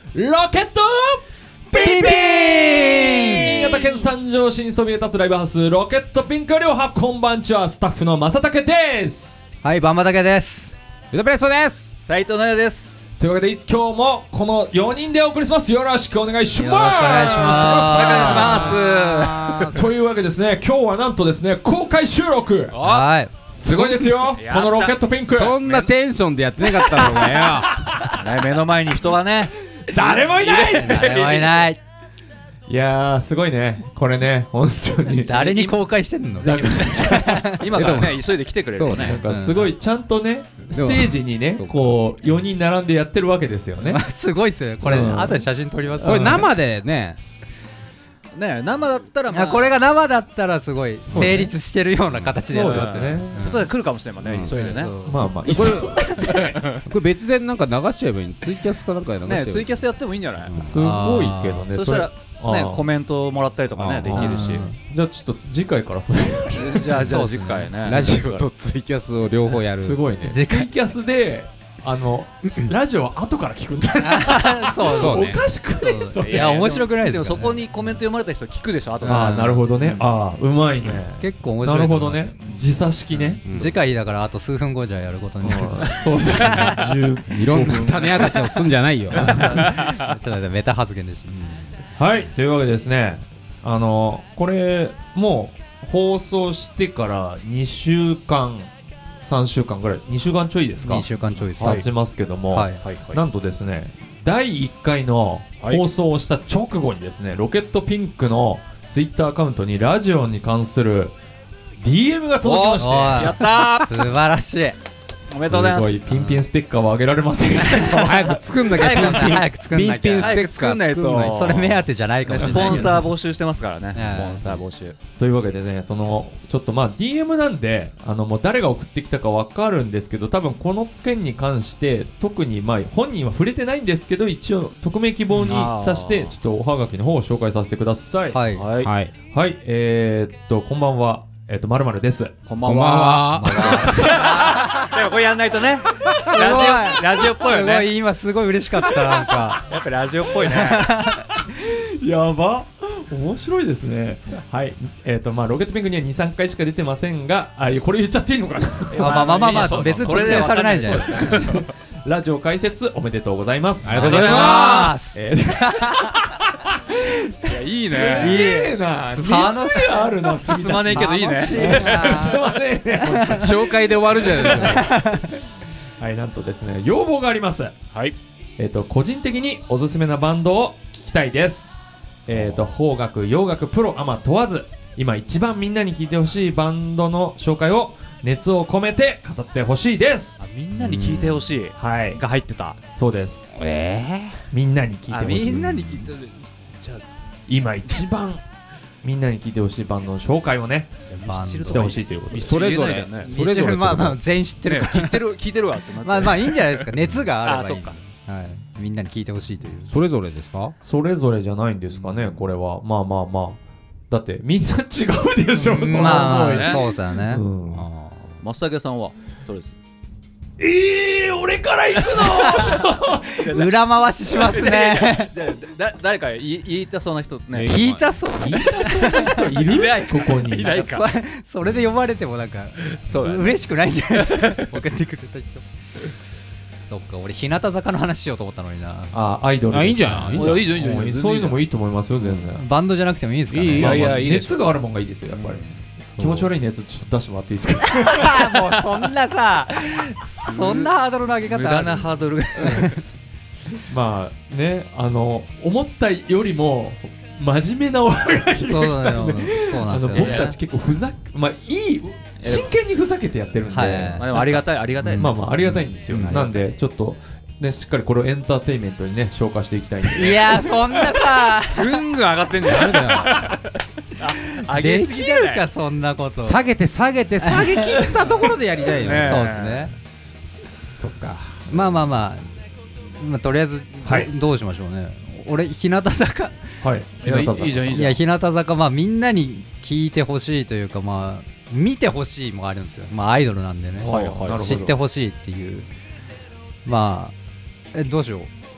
ロケットピンピン。新潟県三条市にそびえ立つライブハウスロケットピンクよりおはこんばんちは。スタッフの正竹です。 はい、バンバタケです。 ルドプレストです。 斉藤奈也です。 というわけで今日もこの4人でお送りします。よろしくお願いします。 よろしくお願いします。 よろしくお願いします。 というわけですね、今日はなんとですね、公開収録。 はい。 すごいですよ、このロケットピンク。 そんなテンションでやってなかったのかよ。 目の前に人がね、 誰もいない。 誰もいない。 いやーすごいね、これね、本当に誰に公開してんの？ 今からね、急いで来てくれるよね。 なんかすごいちゃんとね、ステージにね、こう4人並んでやってるわけですよね。 すごいっすよこれ。後で写真撮ります。 これ生でね、 生だったら、まあこれが生だったらすごい成立してるような形でやってますね。 後で来るかもしれないもんね、急いでね。 まあまあ、 これ別でなんか流しちゃえばいい。ツイキャスかなんかで流しちゃえばいい。 ツイキャスやってもいいんじゃない？ すごいけどね。 そしたらね、コメントもらったりとかね、できるし。 じゃあちょっと次回からそれ。 じゃあ次回ね。 ラジオとツイキャスを両方やる。 すごいね。ツイキャスでラジオは後から聞くんだ。 そうおかしくないそれ。 いや面白くないですか。 でもそこにコメント読まれた人聞くでしょ、後から。 ああなるほどね。ああうまいね。 結構面白い。 なるほどね。時差式ね。 次回だからあと数分後じゃやることになる。 そうですね。 いろんな種明かしをすんじゃないよ。 そうメタ発言です。 はい、というわけでですね、これもう放送してから2週間3週間ぐらい、2週間ちょいですか。 2週間ちょいです。 経ちますけども、なんとですね、第1回の放送をした直後にですね、ロケットピンクのツイッターアカウントにラジオに関する DM が届きまして、 やったー。 素晴らしい。 おめでとうございます。 すごいピンピンステッカーはあげられませんけど早く作んなきゃ。 早く作んなきゃ。 ピンピンステッカー作んないと。 それ目当てじゃないかもしれない。 スポンサー募集してますからね。スポンサー募集。 というわけでね、ちょっとまあ DM なんでもう誰が送ってきたかわかるんですけど、多分この件に関して特にまあ本人は触れてないんですけど、一応匿名希望にさしてちょっとおはがきの方を紹介させてください。 はいはいはい、こんばんは。〇〇です。 こんばんは。でもこれやんないとね。ラジオっぽいよね。 今すごい嬉しかった。なんかやっぱラジオっぽいね。 やば。面白いですね。はい。まあロケットピンクには2、3回しか出てませんが、これ言っちゃっていいのかな。 まあ別に特定されないんじゃないですか。 ラジオ開設おめでとうございます。 ありがとうございます。いやいいね。 いいな。あるな。 進まねえけどいいね。 進まねえね。 紹介で終わるじゃないですか。 はい、なんとですね、要望があります。 はい。 個人的におすすめなバンドを聞きたいです。邦楽、洋楽、プロ、アマ問わず、今一番みんなに聞いてほしいバンドの紹介を熱を込めて語ってほしいです。 みんなに聞いてほしい。 はい。 が入ってた。 そうです。みんなに聞いてほしい。 みんなに聞いてほしい。じゃあ今一番みんなに聞いてほしいバンドの紹介をねしてほしいということで、 それぞれまあ全員知ってる。 聞いてるわってなって。 まあいいんじゃないですか。熱があればいい。 そっか。 はい。みんなに聞いてほしいという。 それぞれですか？ それぞれじゃないんですかね、これは。まあだってみんな違うでしょ。 まあそうだね。 増竹さんはどれです？ 俺から行くの裏回ししますね。 誰か言いたそうな人ね。 言いたそういるここに。 いないか。 それで呼ばれてもなんか嬉しくないんじゃないですか。送ってくれた人。そっか、俺日向坂の話しようと思ったのにな。 アイドル。 いいんじゃん。 いいじゃん。 そういうのもいいと思いますよ、全然。 バンドじゃなくてもいいですかね。 いや熱があるもんがいいですよ、やっぱり。気持ち悪い熱ちょっと出してもらっていいですか。 もうそんなさ、そんなハードルの上げ方。 無駄なハードルが。 まあね、思ったよりも真面目なおはがきが来たんで、僕たち結構真剣にふざけてやってるんで、 でもありがたい。 まあありがたいんですよ。なんでちょっとね、しっかりこれをエンターテインメントにね消化していきたいんで。 いやそんなさ、 ぐんぐん上がってんじゃん。上げすぎじゃない。 できるかそんなこと。 下げ切ったところでやりたいよ。 そうですね。 そっか。 まあとりあえずどうしましょうね。俺日向坂。 はい。 いいじゃん。 いや日向坂みんなに聞いてほしいというか見てほしいもあるんですよ。アイドルなんでね。知ってほしいっていう。どうしよう。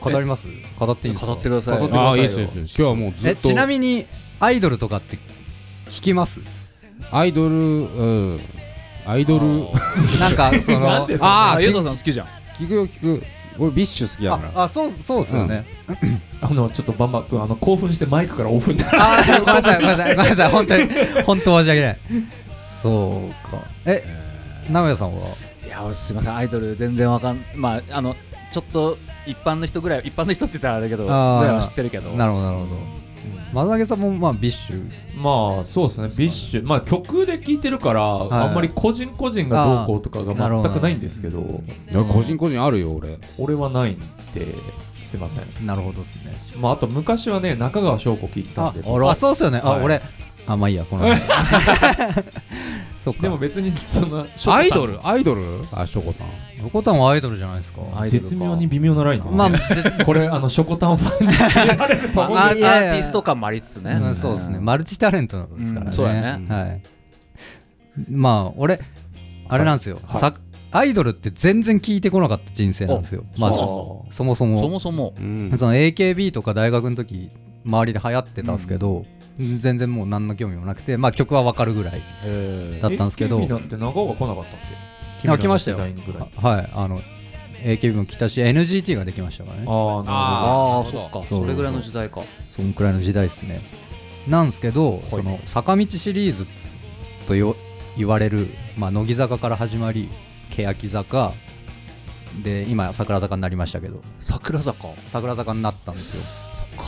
語ります？語っていいんですか？ 語ってください。 ああ、いいですよ。今日はもうずっと。 ちなみにアイドルとかって聞きます？ アイドルなんかそのゆうとさん好きじゃん。 聞くよ聞く。俺ビッシュ好きだから。 そうですよね。 ちょっとバンバ君興奮してマイクからオフになる。 ごめんなさい本当に本当申し訳ない。そうか。直哉さんは？ いやすいません、アイドル全然わかん、まあちょっと一般の人って言ったらあれだけどぐらいは知ってるけど。 なるほどなるほど。松竹さんもまあビッシュ、 まあそうですね、ビッシュ、まあ曲で聴いてるから、あんまり個人個人がどうこうとかが全くないんですけど、 いや個人個人あるよ俺はないんで、すいません。 なるほどですね。 まああと昔はね、中川翔子聴いてたんで。 そうっすよね。俺まあいいやこの話。そっか。 でも別にそんなアイドルショコタン。 ショコタンはアイドルじゃないですか。 絶妙に微妙なラインで、 まあこれショコタンファンに決められると思うんですけど、 アーティスト感もありつつね。 そうですね、マルチタレントですからね。 そうだね。 はい。まあ俺あれなんですよ、アイドルって全然聞いてこなかった人生なんですよ。まずそもそもその AKB とか大学の時周りで流行ってたんですけど、全然もう何の興味もなくて、まあ曲は分かるぐらいだったんですけど。 AKB なんて長尾が来なかったっけ？ 来ましたよ。はい、AKB も来たし NGT ができましたからね。 ああ、そっか、それぐらいの時代か。 そんくらいの時代ですね。なんですけど、その坂道シリーズと言われる、まあ、乃木坂から始まり欅坂で今桜坂になりましたけど、桜坂になったんですよ。 そっか。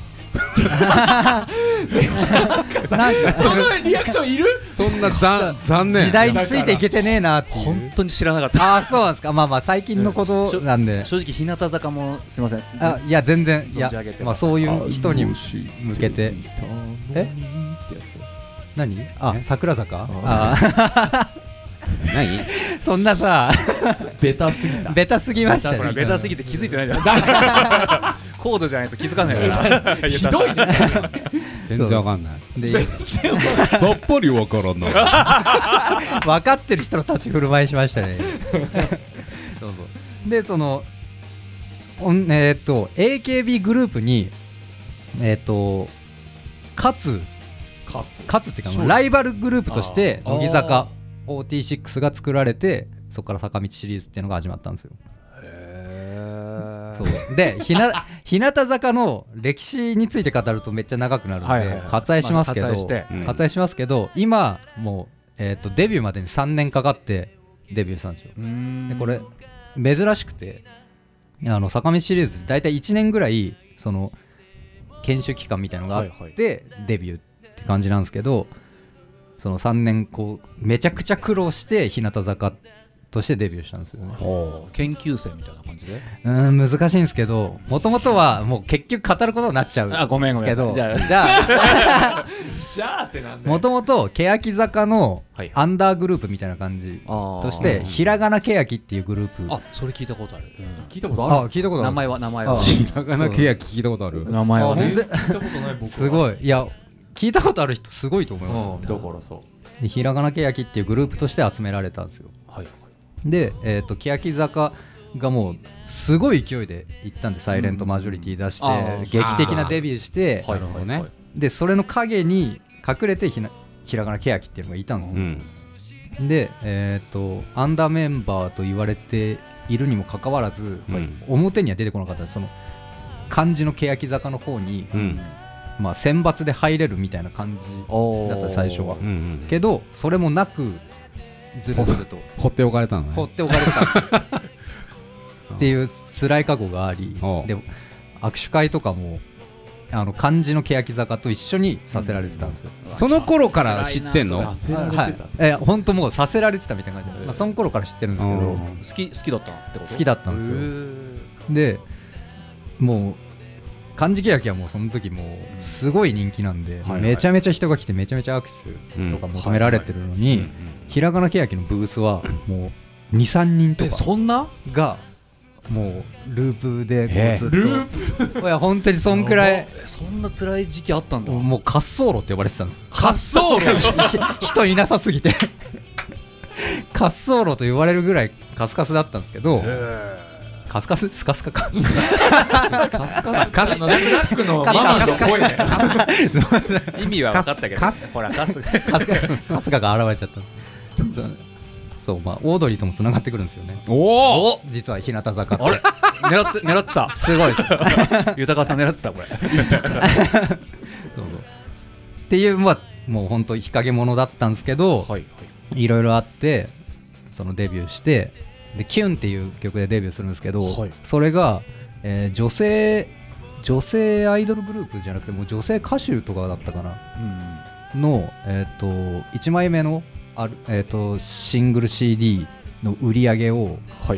なんかそのリアクションいる？ そんな残念。 時代についていけてねえなっていう。 本当に知らなかった。 あ、そうなんですか。まあ最近のことなんで。 正直日向坂もすみません。 いや全然、いやまあそういう人に向けて。何？桜坂？ 何？ そんなさ、 ベタすぎた。 ベタすぎましたね。 ベタすぎて気づいてないじゃん。コードじゃないと気づかないから。 ひどいね。 全然わかんない。 でさっぱりわからない。 分かってる人の立ち振る舞いしましたね。でそのAKB グループに勝つっていうかライバルグループとして乃木坂46が作られて、そこから坂道シリーズっていうのが始まったんですよ。そうで日向坂の歴史について語るとめっちゃ長くなるので割愛しますけど、今もうデビューまでに3年かかってデビューしたんですよ。でこれ珍しくて、坂道シリーズって大体1年ぐらいその研修期間みたいなのがあってデビューって感じなんですけど、その3年こうめちゃくちゃ苦労して日向坂としてデビューしたんですよね。 研究生みたいな感じで。 難しいんですけど、もともとはもう結局語ることになっちゃうんですけど、じゃあってなんだよ。もともと欅坂のアンダーグループみたいな感じとしてひらがな欅っていうグループ。 それ聞いたことある。 聞いたことある。 名前はひらがな欅聞いたことある。 名前はね。 聞いたことない僕は。 すごい。いや聞いたことある人すごいと思います。 だからさ、 ひらがな欅っていうグループとして集められたんですよ。で欅坂がもうすごい勢いでいったんで、サイレントマジョリティ出して劇的なデビューして、でそれの陰に隠れてひらがな欅っていうのがいたんですよ。でアンダーメンバーと言われているにもかかわらず、表には出てこなかったです。その漢字の欅坂の方に、まあ選抜で入れるみたいな感じだった最初は、けどそれもなくずるずると放っておかれたのね。 放っておかれたっていう辛い過去があり、でも握手会とかも漢字の欅坂と一緒にさせられてたんですよ。 その頃から知ってんの？ させられてた。 本当もうさせられてたみたいな感じで、その頃から知ってるんですけど、 好きだったってこと？ 好きだったんですよ。でもう漢字欅はもうその時もうすごい人気なんで、めちゃめちゃ人が来てめちゃめちゃ握手とか求められてるのに、ひらがな欅のブースはもう 2,3 人とかそんながもうループでずっと、いや本当にそんくらい、 そんな辛い時期あったんだ。 もう滑走路って呼ばれてたんですよ。 滑走路人いなさすぎて滑走路と呼ばれるぐらいカスカスだったんですけど、 カスカススカスカかカスカススナックのママの声ね。 意味は分かったけど、ほらカスカが現れちゃった。そう、まあオードリーともつながってくるんですよね。 おお、 実は日向坂って。 あれ狙ってた。 すごいです豊さん狙ってたこれ。 そうっていう、まあもう本当日陰者だったんですけど、いろいろあってそのデビューして、でキュンっていう曲でデビューするんですけど、それが、女性アイドルグループじゃなくてもう女性歌手とかだったかな、の1枚目のシングル CD の売り上げを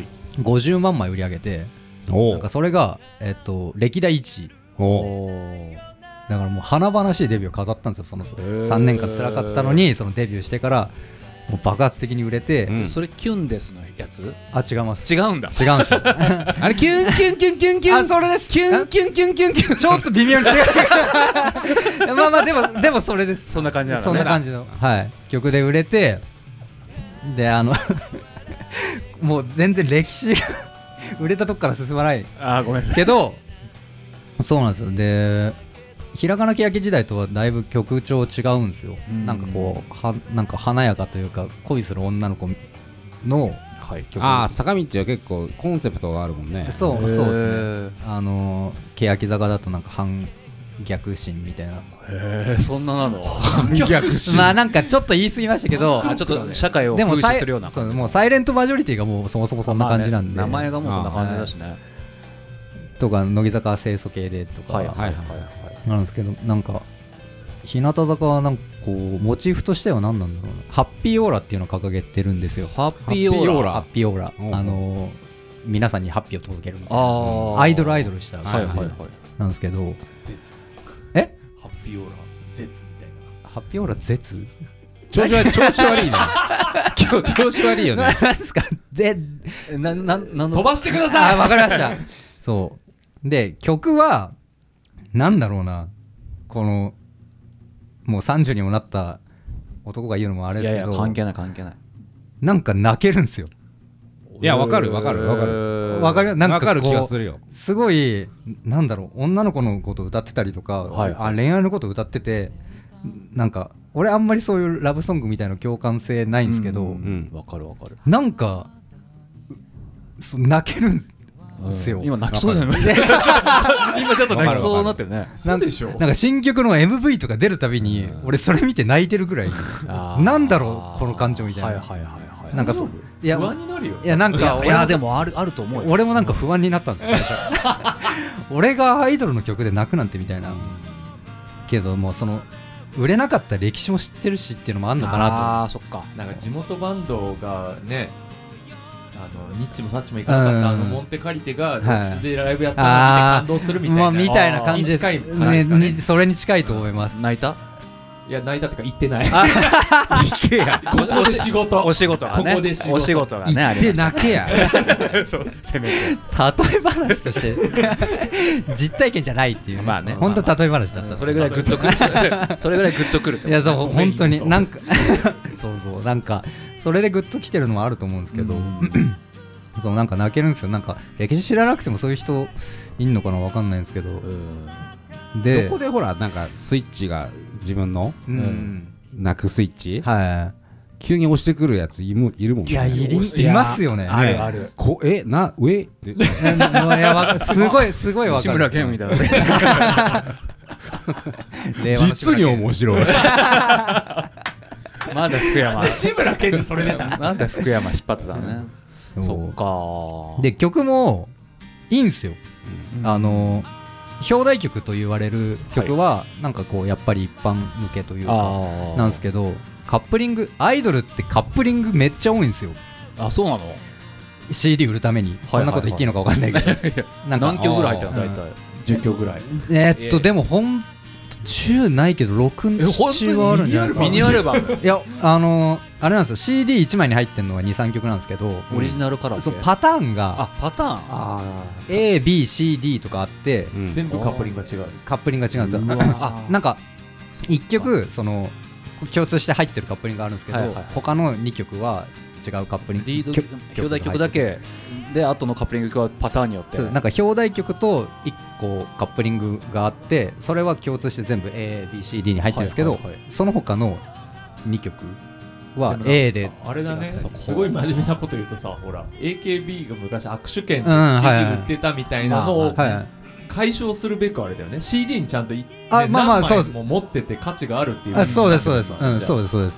50万枚売り上げて、なんかそれが歴代1位だからもう華々しいデビューを飾ったんですよ。その3年間辛かったのに、そのデビューしてからもう爆発的に売れて、 それキュンですのやつ？ あ、違います。 違うんだ。 違うんですよ。 あれキュンキュンキュンキュンキュン、 あ、それです。 キュンキュンキュンキュンキュン、 ちょっと微妙に違う。まあまあでもそれです。 そんな感じなのね。 そんな感じの曲で売れて、でもう全然歴史が売れたとこから進まない。 ごめんなさい。 けどそうなんですよ。でひらがなけやき時代とはだいぶ曲調違うんですよ。なんかこうなんか華やかというか恋する女の子の曲。 坂道は結構コンセプトがあるもんね。 そうですね。欅坂だとなんか反逆心みたいな。 そんななの？ 反逆心。 まあなんかちょっと言い過ぎましたけど、 ちょっと社会を風刺するような。 そう、もうサイレントマジョリティがもうそもそもそんな感じなんで、 名前がもうそんな感じだしね。 とか乃木坂清楚系でとかなんですけど、なんか日向坂はなんかこうモチーフとしては何なんだろうな、ハッピーオーラっていうのを掲げてるんですよ。 ハッピーオーラ。 ハッピーオーラ。皆さんにハッピーを届けるみたいな、アイドルした感じなんですけど、 ハッピーオーラ絶みたいな。 ハッピーオーラ絶？ 調子悪いな。今日調子悪いよね。 何ですか？ 飛ばしてください。 わかりました。そうで、曲はなんだろうな、このもう30にもなった男が言うのもあれですけど、 関係ないなんか泣けるんですよ。 いや、わかるなんか気がするよ。 すごいなんだろう、女の子のこと歌ってたりとか、恋愛のこと歌ってて、なんか俺あんまりそういうラブソングみたいな共感性ないんですけど、 わかるなんか泣けるんですよ。 今泣きそうじゃない？今ちょっと泣きそうになってね。 そうでしょ。 なんか新曲の MV とか出るたびに俺それ見て泣いてるぐらい、なんだろうこの感情みたいな。なんかいや不安になるよ。 いやなんかいやでもあると思うよ。 俺もなんか不安になったんですよ最初。俺がアイドルの曲で泣くなんてみたいな。けどもうその売れなかった歴史も知ってるしっていうのもあるのかなと。 そっか。 なんか地元バンドがね、ニッチもサッチも行かなかったモンテカリテがロッツでライブやったのを見て感動するみたいな、 みたいな感じで、それに近いと思います。 泣いた？ いや泣いたってか行ってない。 行けや。 ここで仕事。 お仕事がね。 ここで仕事。 お仕事がね。 行って泣けや。 そうせめて。 例え話として実体験じゃないっていう。 まあね。 本当例え話だった。 それぐらいグッとくる。それぐらいグッとくる。 いやそう本当になんかそうなんかそれでグッときてるのもあると思うんですけど。そうなんか泣けるんですよ。なんか歴史知らなくてもそういう人いんのかな、わかんないんですけど、 でどこでほらなんかスイッチが自分の泣くスイッチ、急に押してくるやついるもんね。 いやいますよね。 ある上すごいわかる。 志村けんみたいな。 実に面白い。 まだ福山。 志村けんでそれ出た。 なんで福山引っ張ってたのね。そっか。 で曲もいいんですよ。表題曲と言われる曲はなんかこうやっぱり一般向けというかなんですけど、カップリング、アイドルってカップリングめっちゃ多いんですよ。 あ、そうなの？ CD 売るために。こんなこと言っていいのか分かんないけど、 何曲ぐらい入ってるの？大体 10曲ぐらい。 でもほん10ないけど6、7はあるんじゃないかな。 ミニアルバム。 いやあれなんですよ。 CD1 枚に入ってるのが 2,3 曲なんですけど、 オリジナルカラオケ。 パターンがABCD とかあって、 全部カップリングが違う。 カップリングが違うんですよ。なんか1曲その共通して入ってるカップリングがあるんですけど、他の2曲は違うカップリングリード表題曲だけで後のカップリング曲はパターンによってなんか表題曲と1個カップリングがあってそれは共通して全部 ABCD に入ってるんですけど、その他の2曲は A であれだね、すごい真面目なこと言うとさ、ほら AKB が昔握手券で CD 売ってたみたいなのを解消するべくあれだよね、 CD にちゃんと何枚も持ってて価値があるっていう。 そうですそうです、そうですそうです、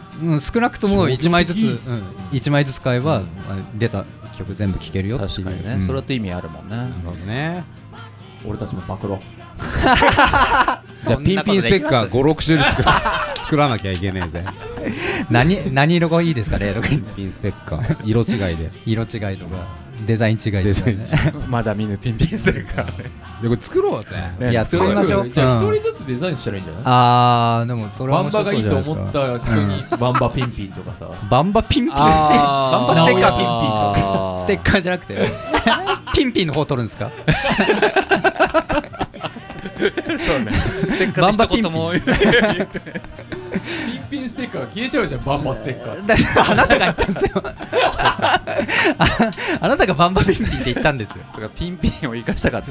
少なくとも1枚ずつ1枚ずつ買えば出た曲全部聴けるよ。 確かにね、それだと意味あるもんね。 なるほどね。 俺たちも暴露じゃあピンピンステッカー 5,6 種類作らなきゃいけねえぜ。 何色がいいですかねとか。 ピンピンステッカー色違いで色違いとかデザイン違いとかね。 まだ見ぬピンピンステッカーね。 でこれ作ろうぜ。 いや作りましょう。 じゃあ一人ずつデザインしたらいいんじゃない？ でもそれはバンバがいいと思った人にバンバピンピンとかさ。 バンバピンピン、バンバステッカーピンピンとか。ステッカーじゃなくてピンピンの方取るんですか？ そうね、ステッカーで一言も言ってピンピンステッカーが消えちゃうじゃん、バンバステッカー。 あなたが言ったんですよ。あなたがバンバピンピンって言ったんですよ。 そうか、ピンピンを生かしたかった。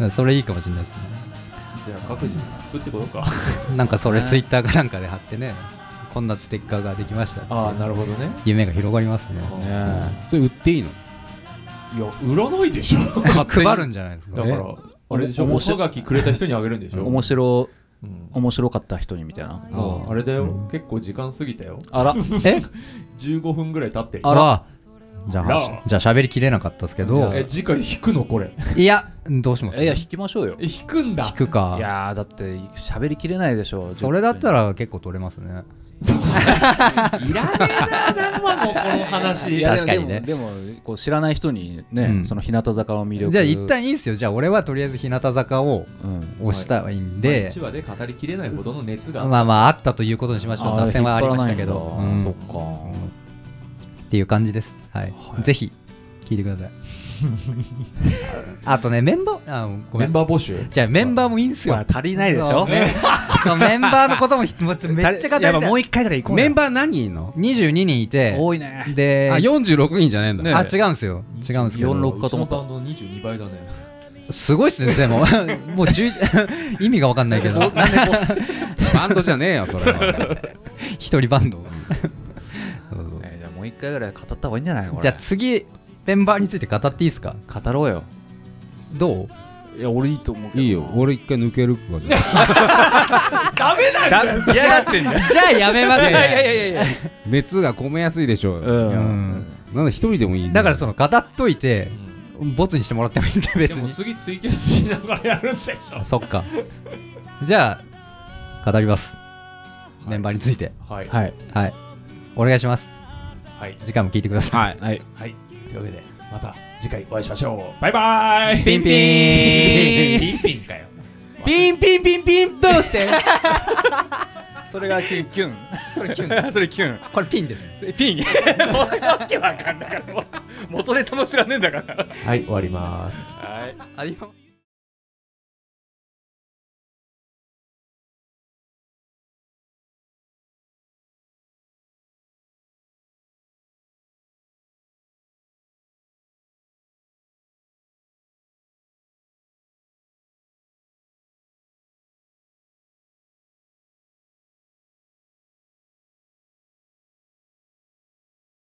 それいいかもしれないですね。 じゃあ各自作ってこようか。 なんかそれツイッターかなんかで貼ってね、こんなステッカーができました。 ああ、なるほどね。 夢が広がりますね。 それ売っていいの？ いや、売らないでしょ。 配るんじゃないですか。 だからあれでしょ、おはがきくれた人にあげるんでしょ。 面白かった人にみたいな。 あれだよ、結構時間過ぎたよ。 あら 15分ぐらい経ってる。 あら、じゃあ喋りきれなかったですけど。 次回弾くのこれ？ いや、どうします？ いや、弾きましょうよ。 弾くんだ。 弾くか。 いやだって喋りきれないでしょ。 それだったら結構取れますね。 いらねえな、もうこの話。 確かにね。 でもこう知らない人にね、その日向坂の魅力。 じゃあ一旦いいんすよ。じゃあ俺はとりあえず日向坂を推したいんで、 1話で語りきれないほどの熱がまああったということにしましょう。脱線はありましたけど。 そっか。 っていう感じです。はい。ぜひ聞いてください。あとね、メンバー募集。 じゃあメンバーもいいんすよ。 足りないでしょ。メンバーのこともめっちゃ語りたい。 もう一回ぐらい行こう。 メンバー何人いんの ？22人いて。 多いね。 で、 46人じゃないんだ。 違うんすよ。違うんすけど。 46かと思った。 バンドの22倍だね。 すごいっすね。でももう意味が分かんないけど。 バンドじゃねえよそれは。 一人バンド。 じゃあもう一回ぐらい語った方がいいんじゃないの？ じゃあ次メンバーについて語っていいですか？ 語ろうよ。 どう？いや、俺いいと思うけど。 いいよ、俺一回抜けるかじゃダメなんじゃん。 嫌がってんじゃん。 じゃあやめますね。 いや熱が込めやすいでしょ。なんだ一人でもいい。 だからその語っといてボツにしてもらってもいいんで別に。 でも次ツイキャスしながらやるんでしょ。 そっか。じゃあ語ります。メンバーについて。 はいお願いします。 はい。 次回も聞いてください。 はい。というわけでまた次回お会いしましょう。バイバイ。 ピンピン。 ピンピンかよ。 ピンピンピンピン。どうして？ それがキュン。それキュン。それキュン。 これピンです。 ピン。わけわかんないから。元ネタも知らねえんだから。 はい、終わります。 はい。